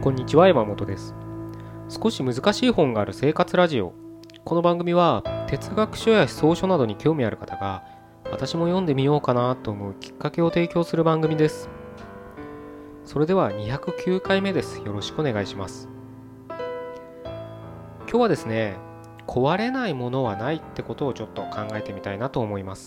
こんにちは、山本です。少し難しい本がある生活ラジオ。この番組は哲学書や思想書などに興味ある方が私も読んでみようかなと思うきっかけを提供する番組です。それでは209回目です。よろしくお願いします。今日はですね、壊れないものはないってことをちょっと考えてみたいなと思います。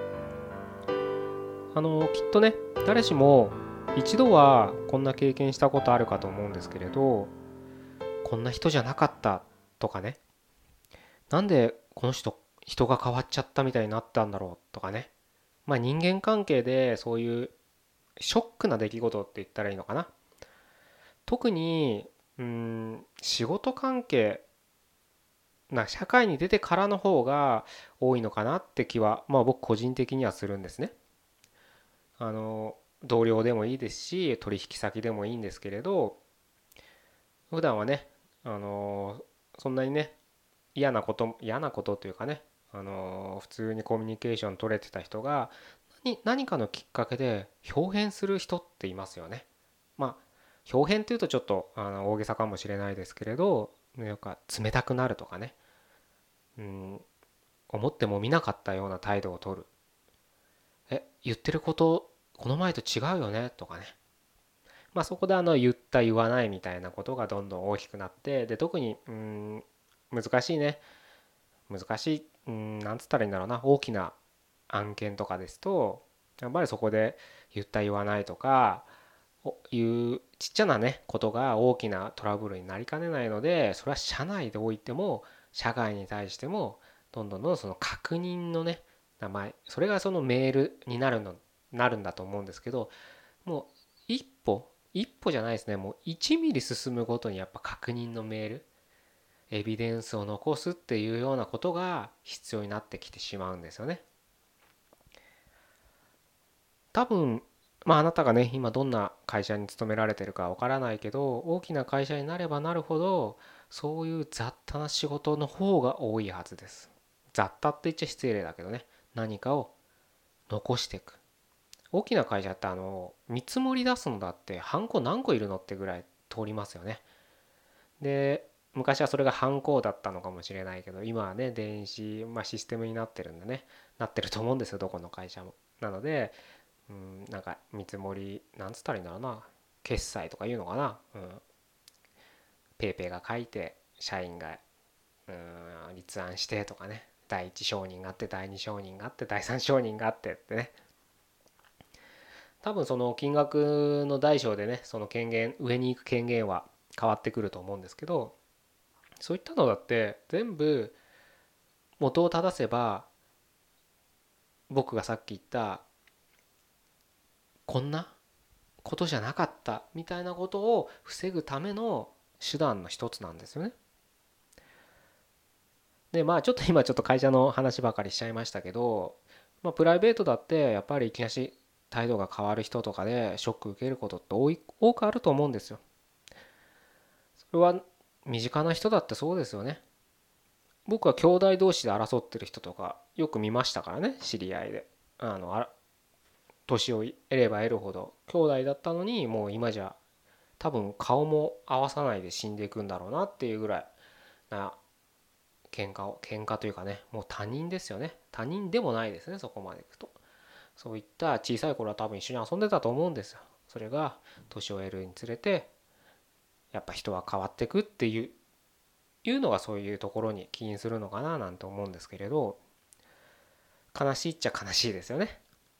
きっとね、誰しも一度はこんな経験したことあるかと思うんですけれど、こんな人じゃなかったとかね、なんでこの人が変わっちゃったみたいになったんだろうとかね。まあ人間関係でそういうショックな出来事って言ったらいいのかな。特に、仕事関係社会に出てからの方が多いのかなって気は、まあ僕個人的にはするんですね。あの、同僚でもいいですし、取引先でもいいんですけれど、普段はね、あの、そんなにね、嫌なことというかね、普通にコミュニケーション取れてた人が何かのきっかけで表変する人っていますよね。まあ表変というとちょっと大げさかもしれないですけれど、なんか冷たくなるとかね、うん、思ってもみなかったような態度を取る。言ってることこの前と違うよねとかね。まあそこで言った言わないみたいなことがどんどん大きくなって、で特に難しいね、難しい、なんつったらいいんだろうな、大きな案件とかですと、やっぱりそこで言った言わないとかいうちっちゃなねことが大きなトラブルになりかねないので、それは社内でおいても社外に対してもどんどんその確認のね名前、それがそのメールになるんだと思うんですけど、もう一歩じゃないですね、もう1ミリ進むごとにやっぱ確認のメール、エビデンスを残すっていうようなことが必要になってきてしまうんですよね。多分、まああなたがね、今どんな会社に勤められてるかわからないけど、大きな会社になればなるほど、そういう雑多な仕事の方が多いはずです。雑多って言っちゃ失礼だけどね、何かを残していく。大きな会社って見積もり出すのだってハンコ何個いるのってぐらい通りますよね。で、昔はそれがハンコだったのかもしれないけど、今はね、電子、システムになってるんでね、なってると思うんですよ、どこの会社も。なので、なんか見積もりなんつったらいいんだろうな、決済とかいうのかな、ペイペイが書いて社員が立案してとかね、第一承認があって第二承認があって第三承認があってってね、多分その金額の大小でね、その権限上に行く権限は変わってくると思うんですけど、そういったのだって全部元を正せば、僕がさっき言ったこんなことじゃなかったみたいなことを防ぐための手段の一つなんですよね。で、まあちょっと会社の話ばかりしちゃいましたけど、まあプライベートだってやっぱりいきなり態度が変わる人とかでショック受けることって多くあると思うんですよ。それは身近な人だってそうですよね。僕は兄弟同士で争ってる人とかよく見ましたからね、知り合いで。年を得れば得るほど兄弟だったのに、もう今じゃ多分顔も合わさないで死んでいくんだろうなっていうぐらいな喧嘩というかね、もう他人ですよね。他人でもないですね、そこまでいくと。そういった小さい頃は多分一緒に遊んでたと思うんですよ。それが年を得るにつれてやっぱ人は変わっていくっていうのが、そういうところに起因するのかななんて思うんですけれど、悲しいっちゃ悲しいですよね。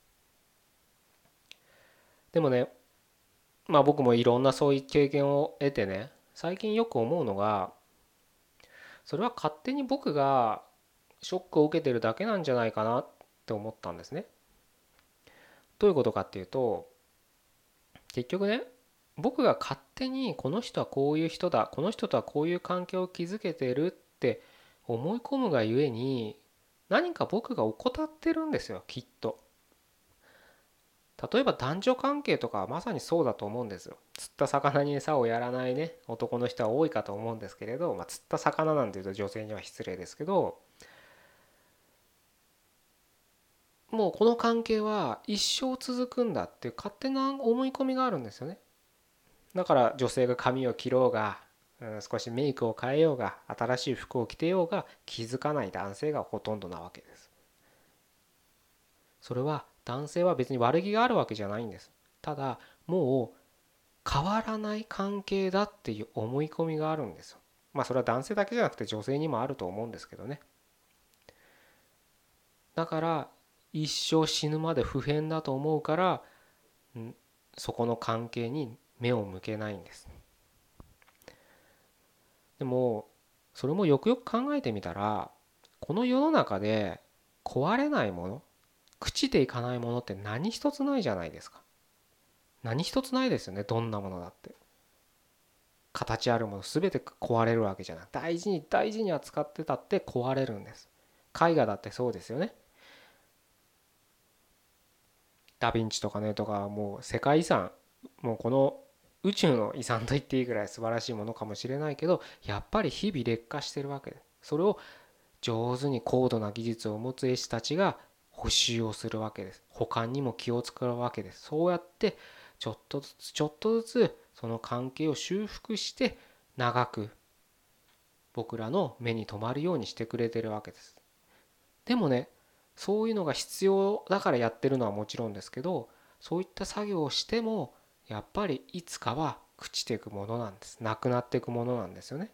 でもね、まあ僕もいろんなそういう経験を得てね、最近よく思うのが、それは勝手に僕がショックを受けてるだけなんじゃないかなって思ったんですね。どういうことかっていうと、結局ね、僕が勝手にこの人はこういう人だ、この人とはこういう関係を築けてるって思い込むがゆえに、何か僕が怠ってるんですよ、きっと。例えば男女関係とかはまさにそうだと思うんですよ。釣った魚に餌をやらないね、男の人は多いかと思うんですけれど、釣った魚なんていうと女性には失礼ですけど、もうこの関係は一生続くんだっていう勝手な思い込みがあるんですよね。 だから女性が髪を切ろうが、少しメイクを変えようが、新しい服を着てようが気づかない男性がほとんどなわけです。それは男性は別に悪気があるわけじゃないんです。ただもう変わらない関係だっていう思い込みがあるんですよ。まあそれは男性だけじゃなくて女性にもあると思うんですけどね。だから一生死ぬまで不変だと思うから、そこの関係に目を向けないんです。でもそれもよくよく考えてみたら、この世の中で壊れないもの、朽ちていかないものって何一つないじゃないですか。何一つないですよね、どんなものだって。形あるもの全て壊れるわけじゃない。大事に大事に扱ってたって壊れるんです。絵画だってそうですよね。ダヴィンチとかねとか、もう世界遺産、もうこの宇宙の遺産と言っていいぐらい素晴らしいものかもしれないけど、やっぱり日々劣化してるわけです。それを上手に高度な技術を持つ絵師たちが補修をするわけです。保管にも気を使うわけです。そうやってちょっとずつちょっとずつその関係を修復して長く僕らの目に留まるようにしてくれてるわけです。でもね、そういうのが必要だからやってるのはもちろんですけど、そういった作業をしてもやっぱりいつかは朽ちていくものなんです。なくなっていくものなんですよね。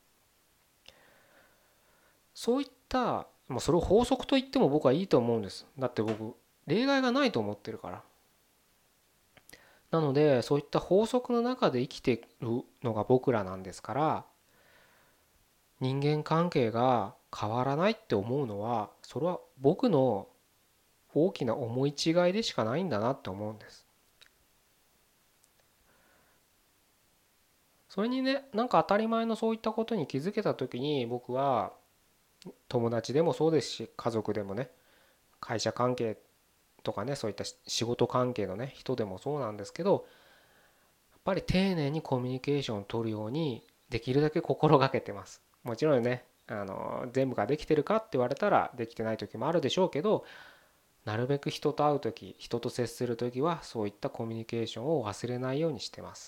そういったもうそれを法則と言っても僕はいいと思うんです。だって僕例外がないと思ってるから。なのでそういった法則の中で生きているのが僕らなんですから、人間関係が変わらないって思うのはそれは僕の大きな思い違いでしかないんだなって思うんです。それにね、なんか当たり前のそういったことに気づけた時に、僕は友達でもそうですし家族でもね、会社関係とかね、そういった仕事関係のね人でもそうなんですけど、やっぱり丁寧にコミュニケーションを取るようにできるだけ心がけてます。もちろんね、全部ができてるかって言われたらできてない時もあるでしょうけど、なるべく人と会う時、人と接する時はそういったコミュニケーションを忘れないようにしてます。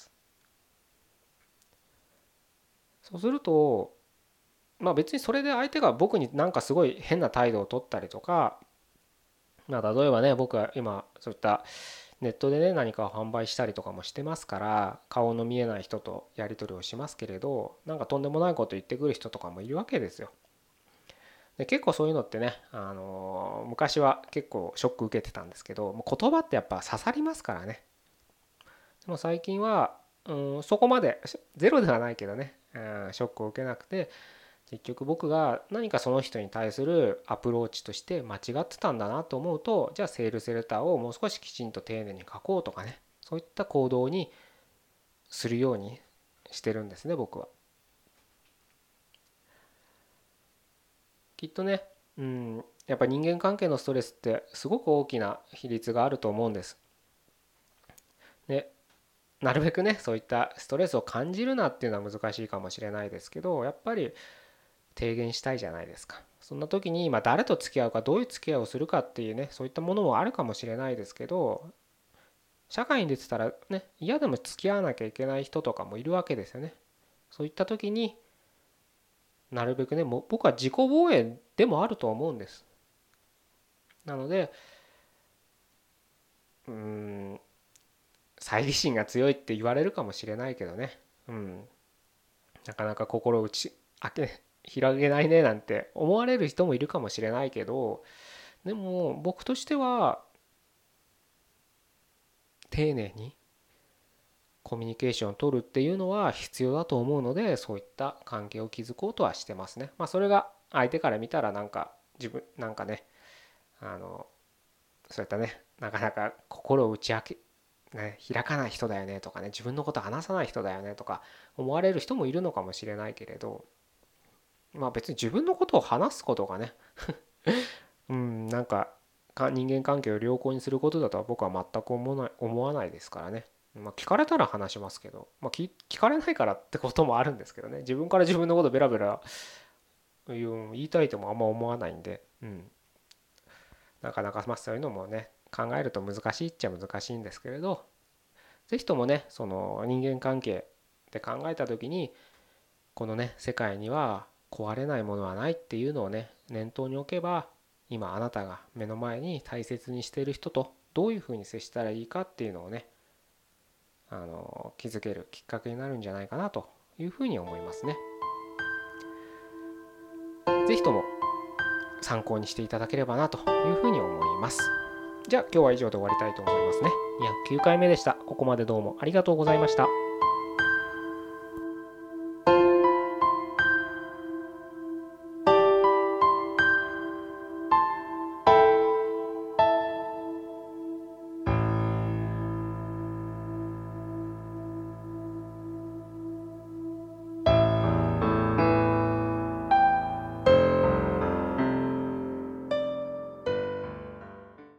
そうすると、まあ別にそれで相手が僕になんかすごい変な態度を取ったりとか、まあ例えばね、僕は今そういったネットでね何かを販売したりとかもしてますから、顔の見えない人とやり取りをしますけれど、なんかとんでもないこと言ってくる人とかもいるわけですよ。で結構そういうのってね、昔は結構ショック受けてたんですけど、もう言葉ってやっぱ刺さりますからね。でも最近は、そこまでゼロではないけどね、ショックを受けなくて、結局僕が何かその人に対するアプローチとして間違ってたんだなと思うと、じゃあセールスレターをもう少しきちんと丁寧に書こうとかね、そういった行動にするようにしてるんですね、僕は。きっとね、やっぱり人間関係のストレスってすごく大きな比率があると思うんです。で、なるべくね、そういったストレスを感じるなっていうのは難しいかもしれないですけど、やっぱり低減したいじゃないですか。そんな時に、まあ、誰と付き合うか、どういう付き合いをするかっていうね、そういったものもあるかもしれないですけど、社会に出てたらね、嫌でも付き合わなきゃいけない人とかもいるわけですよね。そういった時になるべくね、もう僕は自己防衛でもあると思うんです。なので、うーん、猜疑心が強いって言われるかもしれないけどね、なかなか心を開け広げないねなんて思われる人もいるかもしれないけど、でも僕としては丁寧にコミュニケーションを取るっていうのは必要だと思うので、そういった関係を築こうとはしてますね。まあそれが相手から見たらなんか自分なんかね、あのそういったね、なかなか心を打ち明けね、開かない人だよねとかね、自分のこと話さない人だよねとか思われる人もいるのかもしれないけれど、まあ別に自分のことを話すことがね、なんか人間関係を良好にすることだとは僕は全く思わないですからね。まあ聞かれたら話しますけど、まあ聞かれないからってこともあるんですけどね。自分から自分のことベラベラ言いたいともあんま思わないんで、なかなかまあそういうのもね、考えると難しいっちゃ難しいんですけれど、 ぜひともね、その人間関係で考えた時に、このね世界には壊れないものはないっていうのをね念頭に置けば、今あなたが目の前に大切にしている人とどういうふうに接したらいいかっていうのをね、気づけるきっかけになるんじゃないかなというふうに思いますね。ぜひとも参考にしていただければなというふうに思います。じゃあ今日は以上で終わりたいと思いますね。209回目でした。ここまでどうもありがとうございました。